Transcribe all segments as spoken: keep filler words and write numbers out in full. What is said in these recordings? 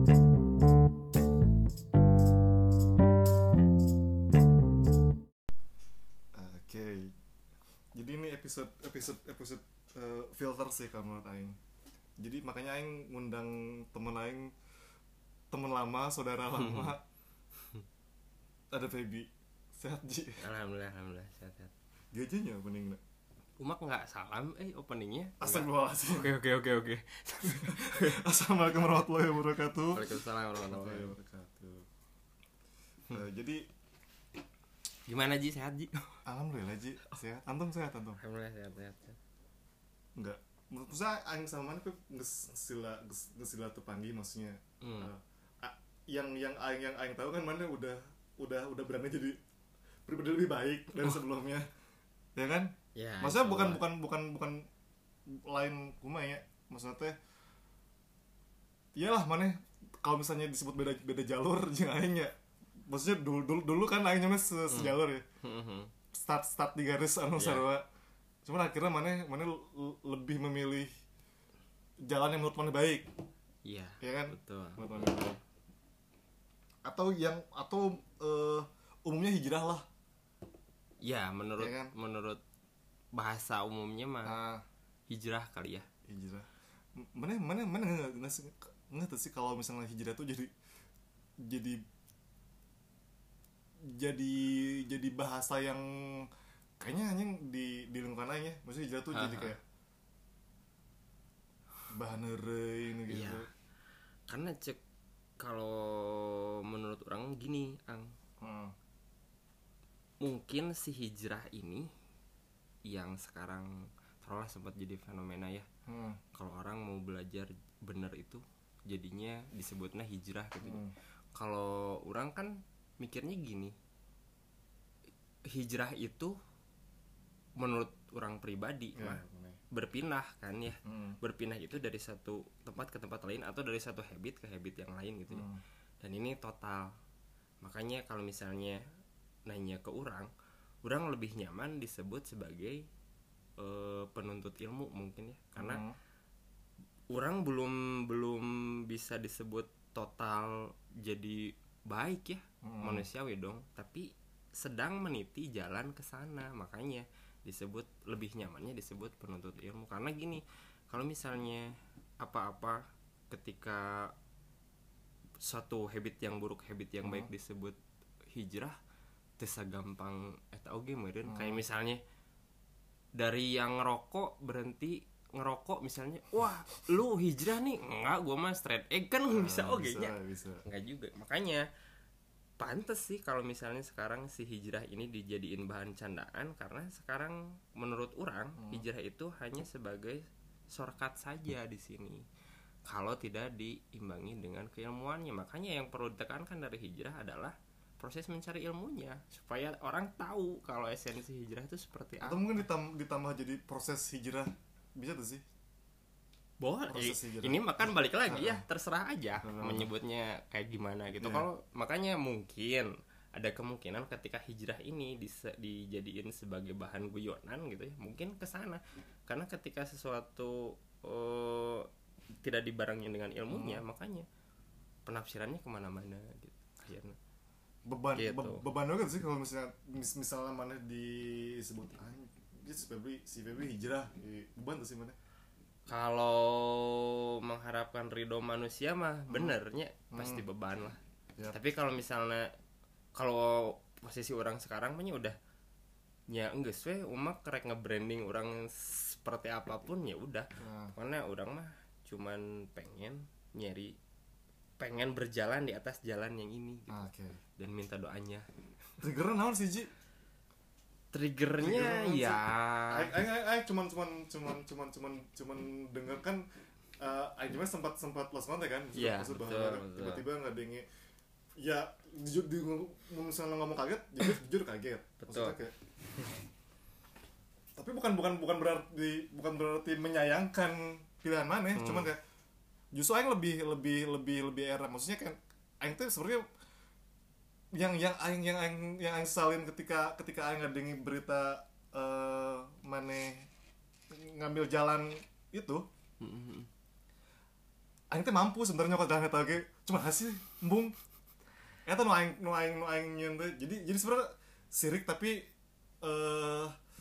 Oke. Jadi ini episode episode episode uh, filter sih kalau menurut aing. Jadi makanya aing ngundang temen aing, temen lama, saudara lama. Ada Feby. Sehat Ji. Alhamdulillah, alhamdulillah sehat-sehat. Gajahnya opening. Umak nggak salam eh openingnya. Astagfirullahaladzim. Oke oke oke oke. Assalamualaikum warahmatullahi wabarakatuh. Waalaikumsalam warahmatullahi wabarakatuh. Uh, jadi gimana Ji, sehat Ji? Alhamdulillah Ji, sehat. Antum sehat antum? Alhamdulillah sehat sehat. Enggak. Menurut saya aing sama mana tuh geus sila geus sila tepanggi maksudnya. Hmm. Uh, a- yang yang aing yang aing tahu kan mana udah udah udah berani jadi pribadi lebih baik dari sebelumnya. Ya kan? Ya, maksudnya bukan Allah. bukan bukan bukan lain kumaha ya. Maksudnya teh iyalah mana kalau misalnya disebut beda beda jalur jeung aing ya. Maksudnya dulu dulu, dulu kan aing nyampe se, sejalur ya. Hmm. Start start di garis anu Yeah. sarua. Cuman akhirnya mana mana l- lebih memilih jalan yang menurut mana baik. Iya. Ya kan? Betul. Menurut mana baik. Atau yang atau uh, umumnya hijrah lah. Ya, menurut Ya kan? menurut bahasa umumnya mah Nah, hijrah kali ya. hijrah. M- Mana mana mana nggak nggak sih nggak tahu sih kalau misalnya hijrah tuh jadi jadi jadi jadi bahasa yang kayaknya hanya di di lingkungan aja. Maksudnya hijrah tuh jadi Ha-ha. kayak bahan rein gitu. Iya. Karena cek kalau menurut orang gini, Ang. Hmm. Mungkin si hijrah ini yang sekarang taruhlah sempat jadi fenomena ya. Hmm. Kalau orang mau belajar bener itu jadinya disebutnya hijrah gitu. Hmm. Kalau orang kan mikirnya gini, hijrah itu menurut orang pribadi Ya, mah boleh. berpindah kan ya. Hmm. Berpindah itu dari satu tempat ke tempat lain atau dari satu habit ke habit yang lain gitu ya. Hmm. Dan ini total. Makanya kalau misalnya nanya ke orang, orang lebih nyaman disebut sebagai eh, penuntut ilmu mungkin ya. Karena Hmm. orang belum belum bisa disebut total jadi baik ya, Hmm. manusiawi dong, tapi sedang meniti jalan ke sana. Makanya disebut lebih nyamannya disebut penuntut ilmu. Karena gini, kalau misalnya apa-apa ketika suatu habit yang buruk, habit yang baik disebut hijrah, tesa gampang eta oge meureun. Kayak misalnya dari yang ngerokok berhenti ngerokok misalnya, wah lu hijrah nih, enggak gua mah straight egg kan bisa oge bisa, nya. bisa. Enggak juga. Makanya pantes sih kalau misalnya sekarang si hijrah ini dijadiin bahan candaan, karena sekarang menurut orang hijrah itu hanya sebagai shortcut saja di sini. Kalau tidak diimbangi dengan keilmuannya. Makanya yang perlu ditekankan dari hijrah adalah proses mencari ilmunya, supaya orang tahu kalau esensi hijrah itu seperti apa. Atau mungkin ditam- ditambah jadi proses hijrah bisa tuh sih. Boleh. Proses hijrah. Ini makan balik lagi ya, terserah aja Hmm. menyebutnya kayak gimana gitu. Iya. Kalau makanya mungkin ada kemungkinan ketika hijrah ini dise- dijadiin sebagai bahan guyonan gitu ya, mungkin ke sana. Karena ketika sesuatu eh, tidak dibarengi dengan ilmunya, Hmm. makanya penafsirannya kemana-mana gitu. Akhirnya Beban Gitu. be- beban banget sih kalau misalnya mis- misalnya mana disebut anjir si Febri si Febri hijrah, eh, beban tuh sih mana. kalau mengharapkan ridho manusia mah benernya pasti beban lah. Ya. Tapi kalau misalnya kalau posisi orang sekarang mah udah ya enggeus we umak kerek nge-branding orang seperti apapun ya udah. Nah. Karena orang mah cuman pengen nyari pengen berjalan di atas jalan yang ini gitu. Ah, oke. Dan minta doanya. Triggernya naon sih Ji? Triggernya Triggernya ya Aing aing aing aing cuman cuman cuman cuman cuman cuman denger kan eh aing juga sempat sempat lost kontak kan. Iya, Maksud betul, bahwa betul. tiba-tiba ngadengi ya jujur di misalnya ngomong kaget, jujur jujur kaget. Betul. Maksudnya kayak tapi bukan bukan bukan berarti bukan berarti menyayangkan pilihan mana, Hmm. cuman kayak justru aing lebih lebih lebih lebih era maksudnya kan aing tuh sebenarnya yang yang aing yang aing yang aing salin ketika ketika aing ngadengi berita eh maneh ngambil jalan itu, aing teh mampu sebenarnya kok jalan eta ge cuma hasil embung eta nu aing nu aing nu aing nyeun teh jadi jadi sebenarnya sirik tapi eh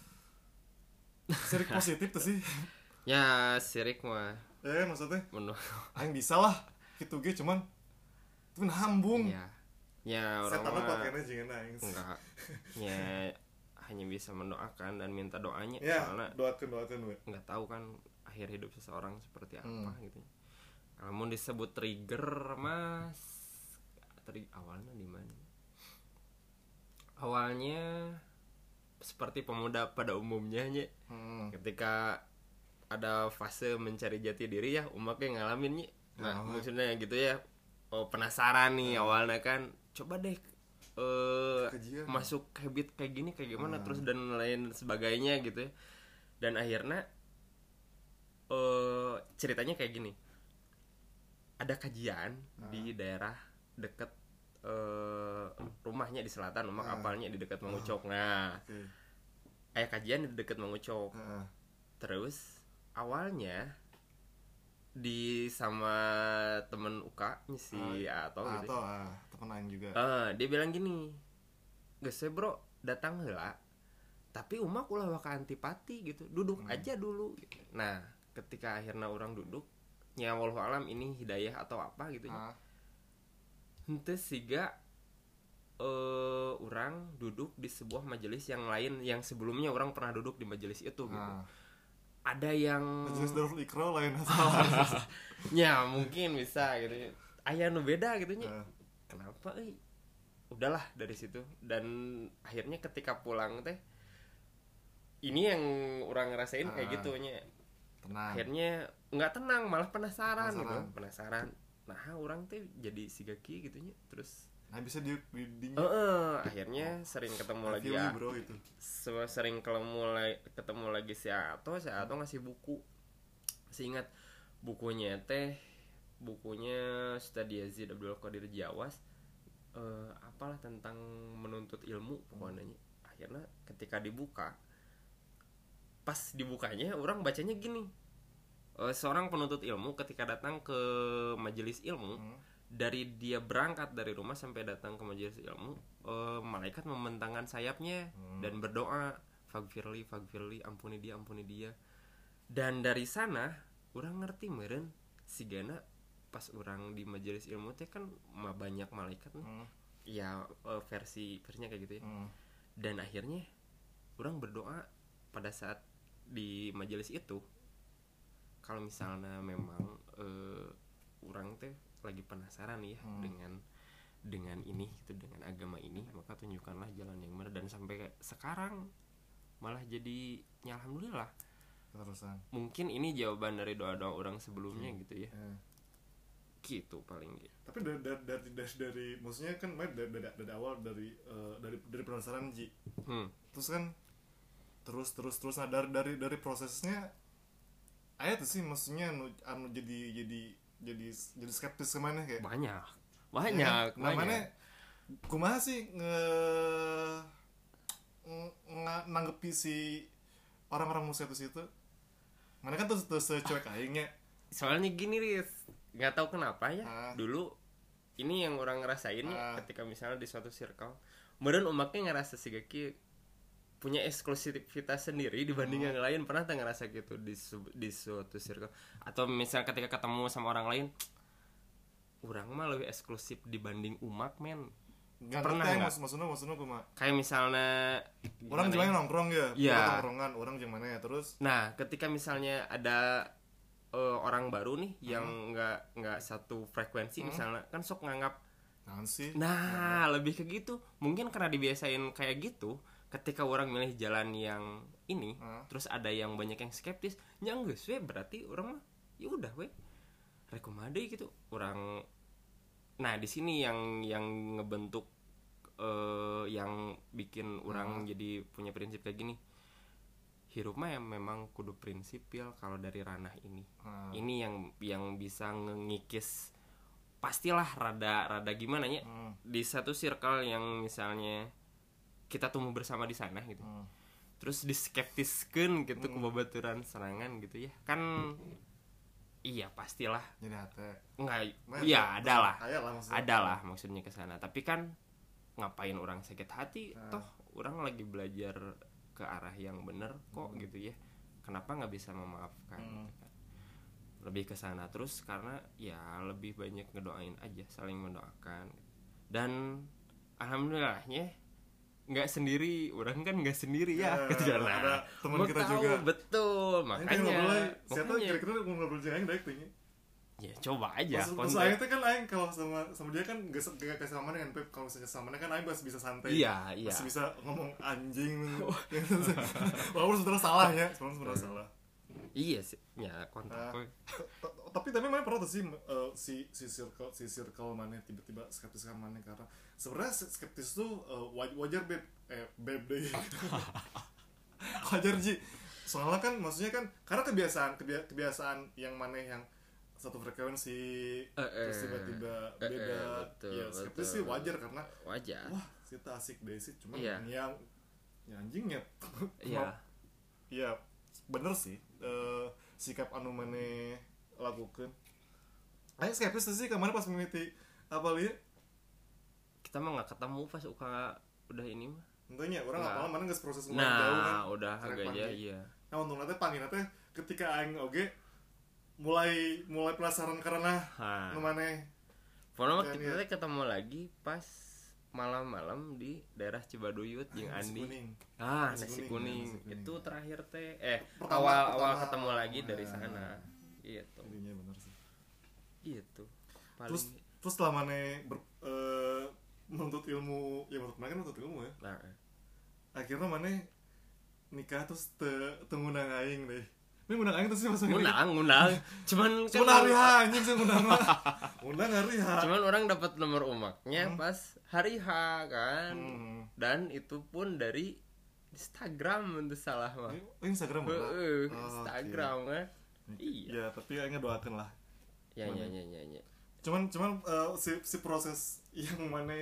sirik positif tuh sih Ya sirik mah eh maksudnya menurut aing bisa lah gitu ge cuman itu hambung ya ya orang setan lu mah pakainya jangan aing enggak ya hanya bisa mendoakan dan minta doanya ya soalnya doakan doakan we nggak tahu kan akhir hidup seseorang seperti apa Hmm. gitu. Namun disebut trigger mas, Tri- awalnya di mana? Awalnya seperti pemuda pada umumnya nya, hmm. ketika ada fase mencari jati diri ya, umaknya ngalamin nya. Nah, Oh. maksudnya gitu ya. Oh, penasaran nih awalnya kan, coba deh eh Kajian. masuk habit kayak gini kayak gimana Hmm. terus dan lain sebagainya gitu ya. Dan akhirnya eh ceritanya kayak gini. Ada kajian Ah. di daerah deket eh rumahnya di selatan, rumah Ah. kapalnya di dekat Mangucok. Nah, Oke. kayak kajian di dekat Mangucok. Heeh. Terus awalnya di sama temen U K nya si Ato gitu. atau ah temen aing juga Eh, dia bilang gini, "Geus we, Bro, datang heula. Tapi umak ulah waka antipati gitu. Duduk Hmm. aja dulu." Gitu. Nah, ketika akhirnya orang duduk, nya wallahu alam ini hidayah atau apa gitu nya. ah Henteu siga eh orang duduk di sebuah majelis yang lain yang sebelumnya orang pernah duduk di majelis itu gitu. ah Ada yang majelis Darul Iqra lain atau ya mungkin bisa gitu. Aya nu beda gitu nya. Ah. Kenapa euy? Udahlah dari situ dan akhirnya ketika pulang teh ini yang orang ngerasain kayak Ah. gitu nya. tenang Akhirnya nggak tenang malah penasaran, Penasaran. gitu penasaran. Nah orang teh jadi sigaki gitu nya. Terus nah bisa di di, di Heeh, akhirnya sering ketemu lagi review ya. bro itu Se- sering ketemu lagi ketemu lagi si Ato, si Ato ngasih buku. Masih ingat bukunya teh bukunya Ustadz Yazid Abdul Qadir Jawas, eh, apalah tentang menuntut ilmu pokoknya. Akhirnya ketika dibuka, pas dibukanya orang bacanya gini, eh, seorang penuntut ilmu ketika datang ke majelis ilmu, Hmm. dari dia berangkat dari rumah sampai datang ke majelis ilmu, eh, malaikat membentangkan sayapnya Hmm. dan berdoa, fagfirli fagfirli, ampuni dia ampuni dia. Dan dari sana orang ngerti meureun sigana pas orang di majelis ilmu teh kan mah banyak malaikat nih. Hmm. Ya eh, versi versinya kayak gitu ya. Hmm. Dan akhirnya orang berdoa pada saat di majelis itu, kalau misalnya memang eh, orang teh lagi penasaran nih ya Hmm. dengan dengan ini gitu, dengan agama ini, maka tunjukkanlah jalan yang benar. Dan sampai sekarang malah jadi ya alhamdulillah, Terusan mungkin ini jawaban dari doa-doa orang sebelumnya Hmm. gitu ya, eh. gitu paling gitu. tapi dari dari dari, dari, dari maksudnya kan main dari, dari, dari awal dari eh, dari dari penasaran Ji hmm. terus kan terus terus terus nah dari dari dari prosesnya ayat tuh sih maksudnya anu, anu jadi jadi jadi jadi skeptis kemana kayak banyak banyak nah, banyak mana kumaha sih nge, nge, nge- nanggepi si orang-orang musuh itu situ mana kan tuh tuh secuek aingnya soalnya gini Riz, nggak tahu kenapa ya Ah. dulu ini yang orang ngerasain ya, Ah. ketika misalnya di suatu circle kemudian umaknya ngerasa si Gaki punya eksklusivitas sendiri dibanding Hmm. yang lain. Pernah tak ngerasa gitu di su- di suatu circle, atau misal ketika ketemu sama orang lain, orang mah lebih eksklusif dibanding umak men. nggak Pernah ngerti nggak? maksud maksudnya maksudnya kumaha Kayak misalnya orang gimana gimana ya? nongkrong ya Iya. Kita nongkrongan orang gimana ya terus Nah, ketika misalnya ada eh, orang baru nih yang nggak nggak satu frekuensi Hmm. misalnya, kan sok nganggap. naon sih Nah, lebih ke gitu. Mungkin karena dibiasain kayak gitu, ketika orang milih jalan yang ini, Ah. terus ada yang banyak yang skeptis, nya geus we berarti orang mah ya udah we. Rekomade gitu. Orang nah, di sini yang yang ngebentuk eh, yang bikin orang Ah. jadi punya prinsip kayak gini. Hirup mah yang memang kudu prinsipil kalau dari ranah ini. Ah. Ini yang yang bisa ngikis pastilah rada rada gimana ya, Hmm. di satu circle yang misalnya kita tumbuh bersama di sana gitu, Hmm. terus diskeptiskeun gitu Hmm. ke babaturan serangan gitu ya kan, iya pastilah jadi hati nggak Nah, iya ada lah kaya lah maksudnya. ada lah maksudnya ke sana tapi kan ngapain orang sakit hati Nah. toh orang lagi belajar ke arah yang bener kok Hmm. gitu ya kenapa nggak bisa memaafkan Hmm. gitu kan. Lebih ke sana terus karena ya lebih banyak ngedoain aja saling mendoakan dan alhamdulillahnya nggak sendiri orang kan nggak sendiri ya, Ya, gitu kan. ada Nah, teman gua kita tahu, juga. betul Makanya makanya ngobrol siapa makanya kira-kira mau ngobrol jeung aing daek teh nya. ya coba aja Maksud maksud aing teh kan aing kalau sama sama dia kan gak gak kayak sama dengan Pep, kalau misalnya sama kan aing masih bisa santai. iya iya Masih bisa ngomong anjing. Walaupun sebenarnya salah ya, sebenarnya salah. iya sih ya kontak Nah, gue. t- t- tapi tapi mana pernah tuh sih eh, si si circle si circle mana tiba-tiba skeptis kan mana karena sebenarnya si skeptis tuh eh, waj- wajar beb eh beb deh wajar Ji soalnya kan maksudnya kan karena kebiasaan kebia- kebiasaan yang mana yang satu frekuensi Eh, eh. terus tiba-tiba Eh, eh, beda betul, ya skeptis betul. sih wajar karena wajar wah kita asik deh sih cuma Iya. yang ya anjingnya iya iya bener sih eh, sikap anu mana lakukan ayo skeptis sih kemana pas mengikuti apa lihat kita mah nggak ketemu pas uka udah ini mah tentunya orang Nggak. apalah mana nggak proses lumayan jauh kan nah udah Karek agaknya panggil. iya nah untuk nanti panggil nanti ketika aing oge mulai mulai penasaran karena ha nu mana pokoknya Dan kita ya. teh ketemu lagi pas malam-malam di daerah Cibaduyut jeung nasi Andi kuning. ah Nasi nasi kuning, kuning, nasi kuning. itu terakhir teh eh Pertama- awal awal pertama. ketemu lagi dari Nah. sana gitu Jadinya bener sih gitu paling terus terus setelah mana ber, eh, menuntut ilmu ya menurut mana kan menuntut ilmu ya nah, akhirnya mana nikah terus te, te ngundang aing deh ini ngundang aing terus sih maksudnya ngundang ngundang cuman kan cuma hari H anjing sih ngundang mah ngundang hari H cuman orang dapat nomor umaknya Hmm. pas hari H kan Hmm. dan itu pun dari Instagram untuk salah mah Oh, Instagram Heeh, Mbak? Oh, Instagram kan oke. iya Ya tapi aing ngedoakeun lah ya Mana? ya ya ya ya cuman cuman eh, si si proses yang mana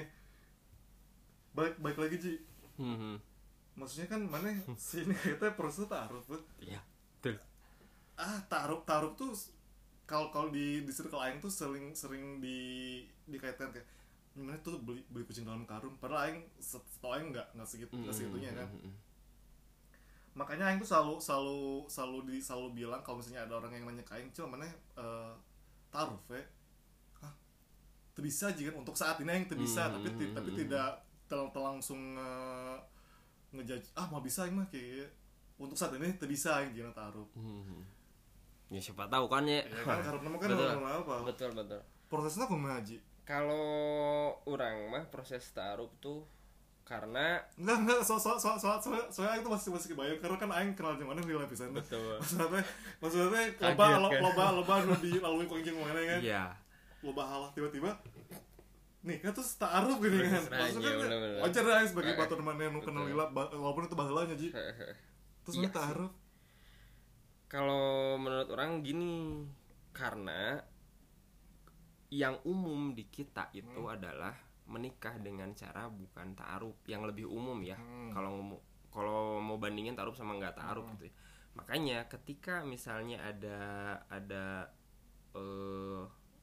baik baik lagi Ji hmm, hmm. maksudnya kan mana si ini kita proses taruh tuh iya betul ah taruh taruh tuh kalau kalau di di circle aing tuh sering sering di dikaitkan kayak gimana tuh beli beli kucing dalam karung padahal aing setahu aing nggak nggak segitu nggak segitunya kan Hmm, hmm, hmm. makanya aing tuh selalu selalu selalu di selalu bilang kalau misalnya ada orang yang nanya ke aing cuma mana eh, taruh ya ah tuh bisa aja kan untuk saat ini aing tuh bisa Hmm, tapi ti- hmm, tapi hmm. tidak tel tel langsung eh, ngejudge ah mau bisa aing mah kayak untuk saat ini tuh bisa aing gimana taruh Hmm, hmm. ya siapa tahu kan ya ya kan karena kan Betul. normal apa betul betul prosesnya kumaha Ji kalau orang mah proses taruh tuh karena enggak enggak so so so so so soalnya aing tuh masih masih kebayang karena kan aing kenal jeung mana di lapisan teh. betul maksudnya maksudnya Kaget, loba lo- kan? loba loba nu dilalui ku jeung mana kan iya loba halah tiba-tiba nih kan terus taaruf gini kan Bener, maksudnya iya, kan bener-bener. wajar lah aing sebagai Eh, batur mana nu kenal betul. lila ba- walaupun itu baheulanya Ji terus Iya nu taaruf kalau menurut orang gini karena yang umum di kita itu Hmm. adalah menikah dengan cara bukan ta'aruf yang lebih umum ya Hmm. kalau mau kalau mau bandingin ta'aruf sama nggak ta'aruf Hmm. gitu ya. Makanya ketika misalnya ada ada eh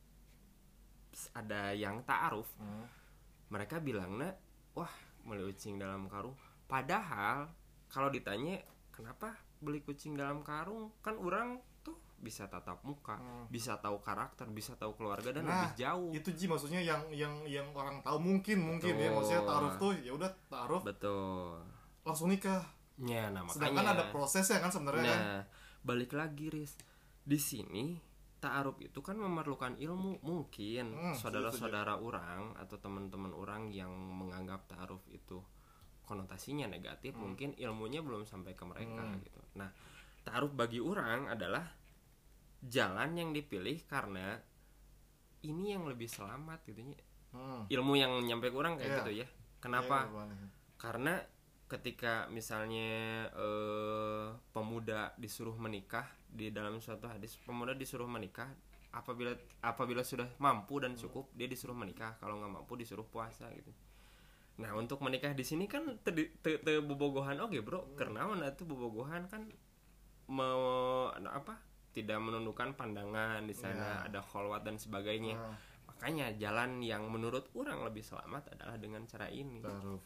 ada yang ta'aruf Hmm. mereka bilangnya wah beli kucing dalam karung padahal kalau ditanya kenapa beli kucing dalam karung kan orang tuh bisa tatap muka Hmm. bisa tahu karakter bisa tahu keluarga dan Nah, lebih jauh itu Ji maksudnya yang yang yang orang tahu mungkin mungkin ya Betul. maksudnya taaruf tuh ya udah taaruf betul langsung nikah ya nah sedangkan makanya ada prosesnya kan sebenarnya kan nah balik lagi Riz di sini ta'aruf itu kan memerlukan ilmu mungkin Hmm, saudara-saudara orang atau teman-teman orang yang menganggap ta'aruf itu konotasinya negatif Hmm. mungkin ilmunya belum sampai ke mereka Hmm. gitu nah ta'aruf bagi orang adalah jalan yang dipilih karena ini yang lebih selamat gitu ya. Hmm. Ilmu yang nyampe ke orang kayak Iya. gitu ya kenapa Iya, boleh. karena ketika misalnya eh, pemuda disuruh menikah di dalam suatu hadis pemuda disuruh menikah apabila apabila sudah mampu dan cukup dia disuruh menikah kalau nggak mampu disuruh puasa gitu. Nah untuk menikah di sini kan te, te, te bobogohan oke bro karena mana tuh bobogohan kan mau apa tidak menundukkan pandangan di sana, Ya. ada kholwat dan sebagainya. Ah. Makanya jalan yang menurut orang lebih selamat adalah dengan cara ini. Taruh.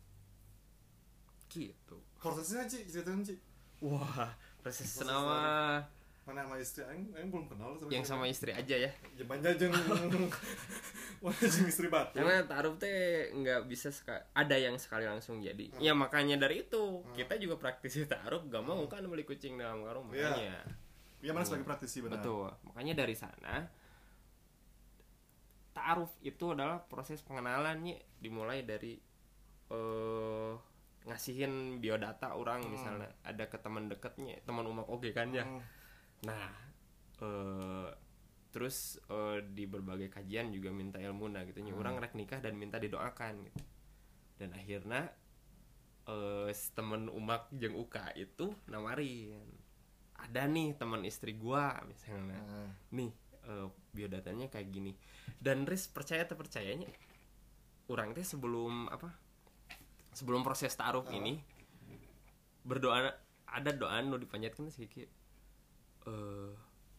Gitu. Prosesnya Ci, ceritain Ci. Wah, proses Proses sama Mana sama istri aing, aing belum kenal sama yang sama istri aja ya. Jemanja jeung mana jeung istri batu. Karena taruh teh nggak bisa seka- ada yang sekali langsung jadi. Hmm. Ya makanya dari itu kita juga praktisi taruh gak mau kan beli kucing dalam karung Iya. makanya. Iya mana sebagai praktisi benar. Betul. Makanya dari sana ta'aruf itu adalah proses pengenalannya dimulai dari eh ngasihin biodata orang Hmm. misalnya ada ke teman dekatnya, teman umak oke kan ya. Hmm. Nah, eh terus eh, di berbagai kajian juga minta ilmu nah gitu. Hmm. Orang rek nikah dan minta didoakan gitu. Dan akhirnya eh si temen umak jeung uka itu nawarin. Ada nih teman istri gua misalnya. Ah. Nih eh, biodatanya kayak gini. Dan Riz percaya atau percayanya orang teh sebelum apa? Sebelum proses ta'aruf Ah. ini berdoa ada doa nu dipanjatkeun sih ki eh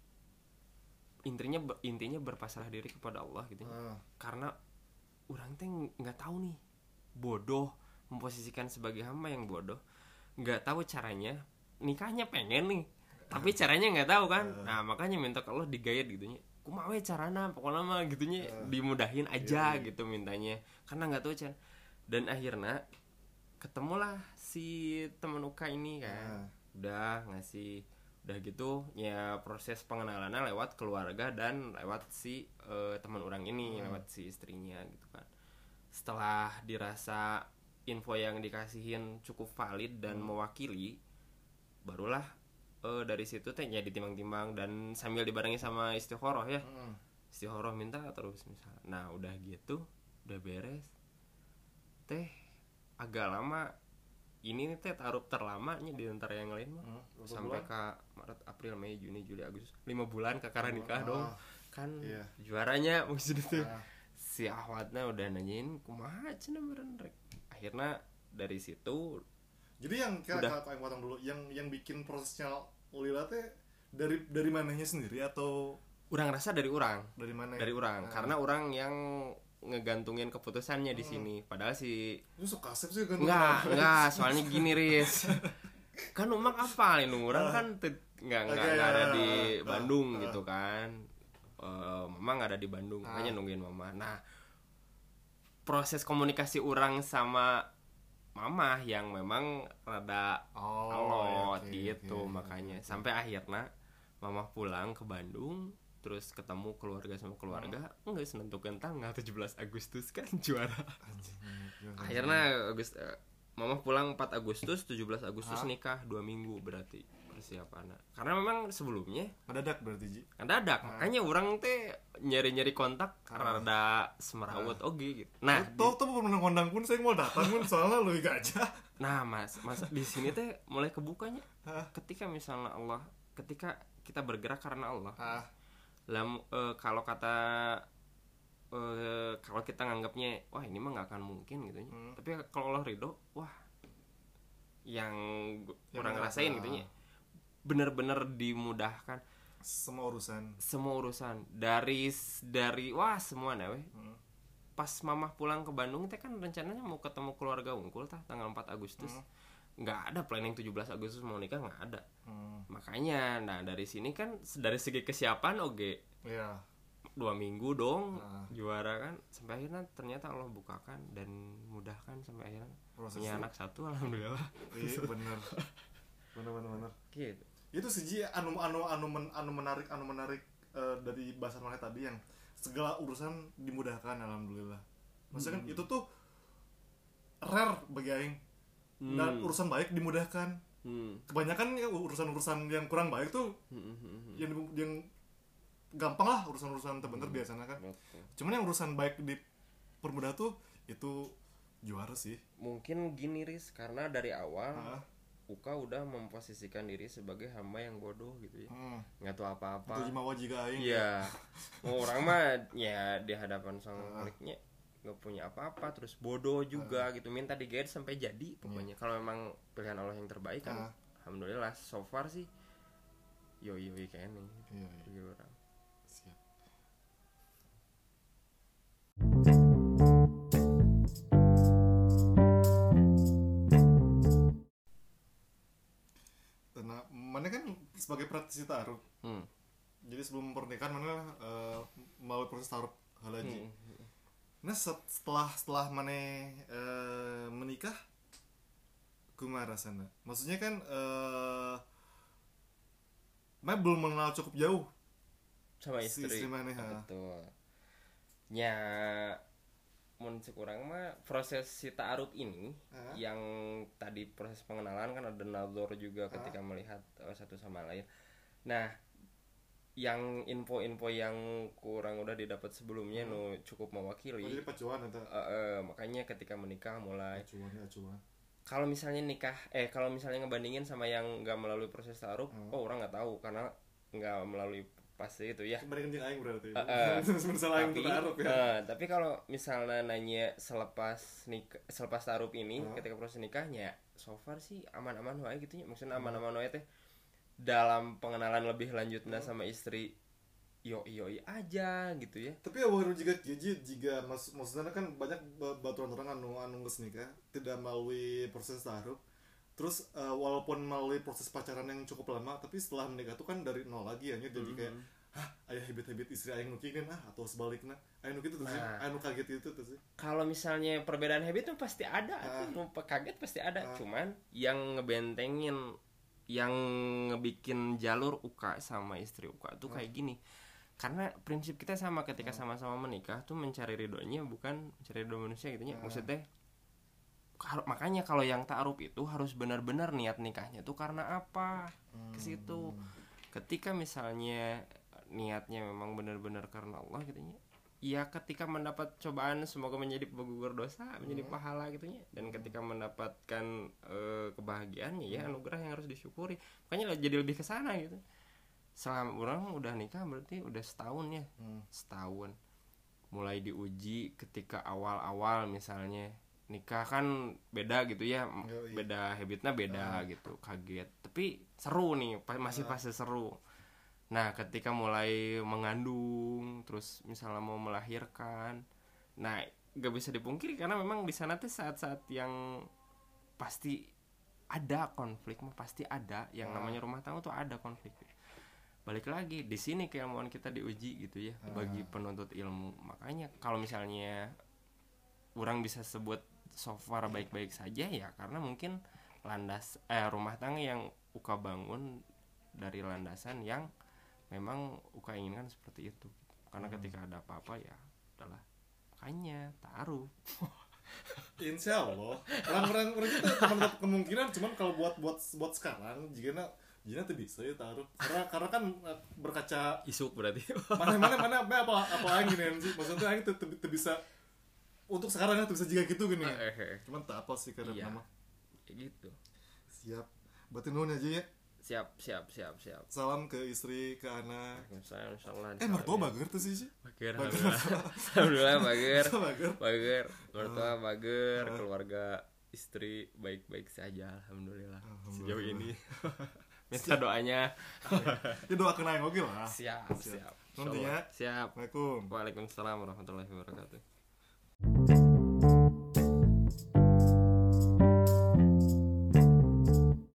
intinya intinya berpasrah diri kepada Allah gitu. Ah. Karena orang teh nggak tahu nih, bodoh, memposisikan sebagai hamba yang bodoh, nggak tahu caranya, nikahnya pengen nih tapi caranya nggak tahu kan. Nah makanya minta ke Allah digayat gitunya, kumaha we carana pokoknya mah gitunya dimudahin aja Iya, iya. gitu mintanya karena nggak tahu cara. Dan akhirnya ketemulah si teman Uka ini kan. Ah. Udah ngasih udah gitu ya proses pengenalannya lewat keluarga dan lewat si eh, teman orang ini, Hmm. lewat si istrinya gitu kan. Setelah dirasa info yang dikasihin cukup valid dan Hmm. mewakili, barulah eh, dari situ teh ya ditimbang-timbang dan sambil dibarengi sama istikharah ya. Hmm. Istikharah minta terus misalnya. Nah udah gitu udah beres teh agak lama ini nih teh taruh terlamanya di antara yang lain mah. Hmm. Berapa Sampai bulan? ke Maret, April, Mei, Juni, Juli, Agustus lima bulan ke karena nikah Ah. dong kan. Iya. Juaranya maksudnya tuh Ah. si Ahwadnya udah nanyain kumaha cenah meureun rek. Akhirnya dari situ Jadi yang kira Udah. kalau yang potong dulu, yang yang bikin prosesnya Lila teh dari dari mananya sendiri atau orang rasa dari orang dari mana? dari orang Ah. karena orang yang ngegantungin keputusannya di Hmm. sini padahal si Lu suka kasep sih kan? enggak enggak soalnya gini Riz kan umak apa ini orang kan te- nggak nggak Oke, nggak ada ya. di Ah, Bandung ah. gitu kan. Eh, mama nggak ada di Bandung Ah. makanya nungguin mama. Nah proses komunikasi orang sama mama yang memang rada Oh, alot oke, gitu oke, makanya oke. sampai akhirnya mama pulang ke Bandung terus ketemu keluarga sama keluarga enggak senentukan tanggal tujuh belas Agustus kan juara. Anjing, gimana? Akhirnya Agus eh, mama pulang empat Agustus, tujuh belas Agustus Hah? nikah dua minggu berarti persiapannya. Karena memang sebelumnya mendadak berarti Ji. mendadak, makanya orang teh nyari-nyari kontak karena ada semerawut oge gitu. Nah, Tuh tuh pernah ngondang pun saya mau datang pun soalnya lu gajah. nah Mas, Mas di sini teh mulai kebukanya Hah? ketika misalnya Allah, ketika kita bergerak karena Allah. Ah. Lam, eh, kalau kata eh, kalau kita nganggapnya wah ini mah nggak akan mungkin gitu ya. Hmm. Tapi kalau Allah ridho, wah yang gu- Yang orang merasa- rasain gitu ya. Bener-bener dimudahkan Semua urusan. semua urusan dari dari wah semua nah weh. Hmm. Pas mamah pulang ke Bandung teh kan rencananya mau ketemu keluarga unggul tah tanggal empat Agustus. Hmm. Nggak ada planning tujuh belas Agustus mau nikah, nggak ada. Hmm. Makanya nah dari sini kan dari segi kesiapan oke Iya. dua minggu dong Ah. juara kan sampai akhirnya ternyata Allah bukakan dan mudahkan sampai akhirnya Proses punya itu. anak satu alhamdulillah. Iya bener. Bener bener bener. Gitu. Itu sih Ji, anu anu anu men- anu menarik anu menarik eh, dari bahasan mana tadi yang segala urusan dimudahkan alhamdulillah. Maksudnya kan itu tuh rare bagi aing. Dan Hmm. urusan baik dimudahkan. Hmm. Kebanyakan ya urusan-urusan yang kurang baik tuh Hmm, hmm, hmm, hmm. yang yang gampang lah urusan-urusan terbentur biasanya kan. Betul. Cuman yang urusan baik dipermudah tuh itu juara sih. Mungkin gini Riz karena dari awal Ah. Uka udah memposisikan diri sebagai hamba yang bodoh gitu ya, Hmm. nggak tahu apa-apa. Itu jimawa jika aing. Iya, mau orang mah ya di hadapan sang Ah. kliknya nggak punya apa-apa, terus bodoh juga gitu, minta digait sampai jadi pokoknya. Kalau memang pilihan Allah yang terbaik kan, Ah. alhamdulillah so far sih yo yo kayak ini Iya, bagi iya. orang. Siap. Nah, mana kan sebagai praktisi taruh. Hmm. Jadi sebelum pernikahan mana uh, melalui proses taruh halaji. Hmm. Nah, set- setelah setelah mana uh, menikah, kumaha rasana? Maksudnya kan uh, mana belum mengenal cukup jauh Sama si istri, istri maneh, ha. betul nya. Mun kurang mah proses si ta'aruf ini Ah. yang tadi proses pengenalan kan ada nazar juga Ah. ketika melihat uh, satu sama lain. Nah, yang info-info yang kurang udah didapat sebelumnya Hmm. nu cukup Oh, mewakili. jadi pacuan eta. Uh, uh, makanya ketika menikah mulai Acuan ya acuan. kalau misalnya nikah eh kalau misalnya ngebandingin sama yang nggak melalui proses ta'aruf, Hmm. oh orang nggak tahu karena nggak melalui pasti itu ya. Kemarin jeung aing berarti. Eh, eh. Masalah aing Tapi, taruh ya. eh, tapi kalau misalnya nanya selepas nikah, selepas taruh ini, Hmm. ketika proses nikahnya, so far sih aman-aman wae gitu ya. Maksudnya Hmm. aman-aman wae teh dalam pengenalan lebih lanjutnya Hmm. sama istri, yo yo aja gitu ya. Tapi ya baru juga jadi jika mas, maksudnya kan banyak ba- baturan orang anu anu geus nikah tidak melalui proses taruh. Terus uh, walaupun melalui proses pacaran yang cukup lama, tapi setelah menikah tuh kan dari nol lagi ya, jadi kayak hah, ayah habit-habit istri aing nu kieu ah atau sebaliknya. Aing nu kitu tuh sih, Nah. anu kaget itu tuh sih. Kalau misalnya perbedaan habit tuh pasti ada, Ah. tuh kaget pasti ada. Ah. Cuman yang ngebentengin, yang ngebikin jalur Uka sama istri Uka tuh kayak gini. Karena prinsip kita sama ketika sama-sama menikah tuh mencari ridhonya bukan mencari ridho manusia gitu ya. Ah. Maksudnya kalau makanya kalau yang ta'aruf itu harus benar-benar niat nikahnya tuh karena apa? Ke situ. Ketika misalnya niatnya memang benar-benar karena Allah gitu ya. Ya ketika mendapat cobaan semoga menjadi penggugur dosa, menjadi pahala gitu ya. Dan ketika mendapatkan eh, kebahagiaannya ya anugerah yang harus disyukuri. Makanya lah jadi lebih ke sana gitu. Selama orang udah nikah berarti udah setahun ya. Hmm. Setahun. Mulai diuji ketika awal-awal misalnya nikah kan beda gitu ya. Yoi. Beda habitnya beda gitu. Kaget. Tapi seru nih, pa- masih Ah. fase seru. Nah, ketika mulai mengandung, terus misalnya mau melahirkan, nah gak bisa dipungkiri karena memang di sana tuh saat-saat yang pasti ada konflik, mah pasti ada. Yang Ah. namanya rumah tangga tuh ada konflik. Balik lagi di sini keilmuan kita diuji gitu ya Ah. bagi penuntut ilmu. Makanya kalau misalnya orang bisa sebut so far baik-baik saja ya karena mungkin landas eh rumah tangga yang Uka bangun dari landasan yang memang Uka inginkan seperti itu. Karena ketika ada apa-apa ya adalah makanya ta'aruf. Insya Allah orang-orang orang itu teman kemungkinan cuman kalau buat buat buat sekarang jika jika tuh bisa ya taruh karena karena kan eh, berkaca Isuk berarti. mana mana mana mana apa apa aing gini sih maksudnya aing tuh tuh bisa untuk sekarang tuh bisa jika gitu gini cuman tak apa sih karena Iya. nama Kayak gitu. siap berarti nuhun aja ya Siap, siap, siap, siap. salam ke istri ke anak Saya insyaallah. eh mertua bager tuh sih sih Bager, alhamdulillah. Alhamdulillah bager. bager Bager, mertua bager, keluarga istri baik-baik saja alhamdulillah. Sejauh ini. Minta doanya. ya doakan aing oke lah Siap, siap. Nuhun ya. Siap. Assalamualaikum Waalaikumsalam warahmatullahi wabarakatuh.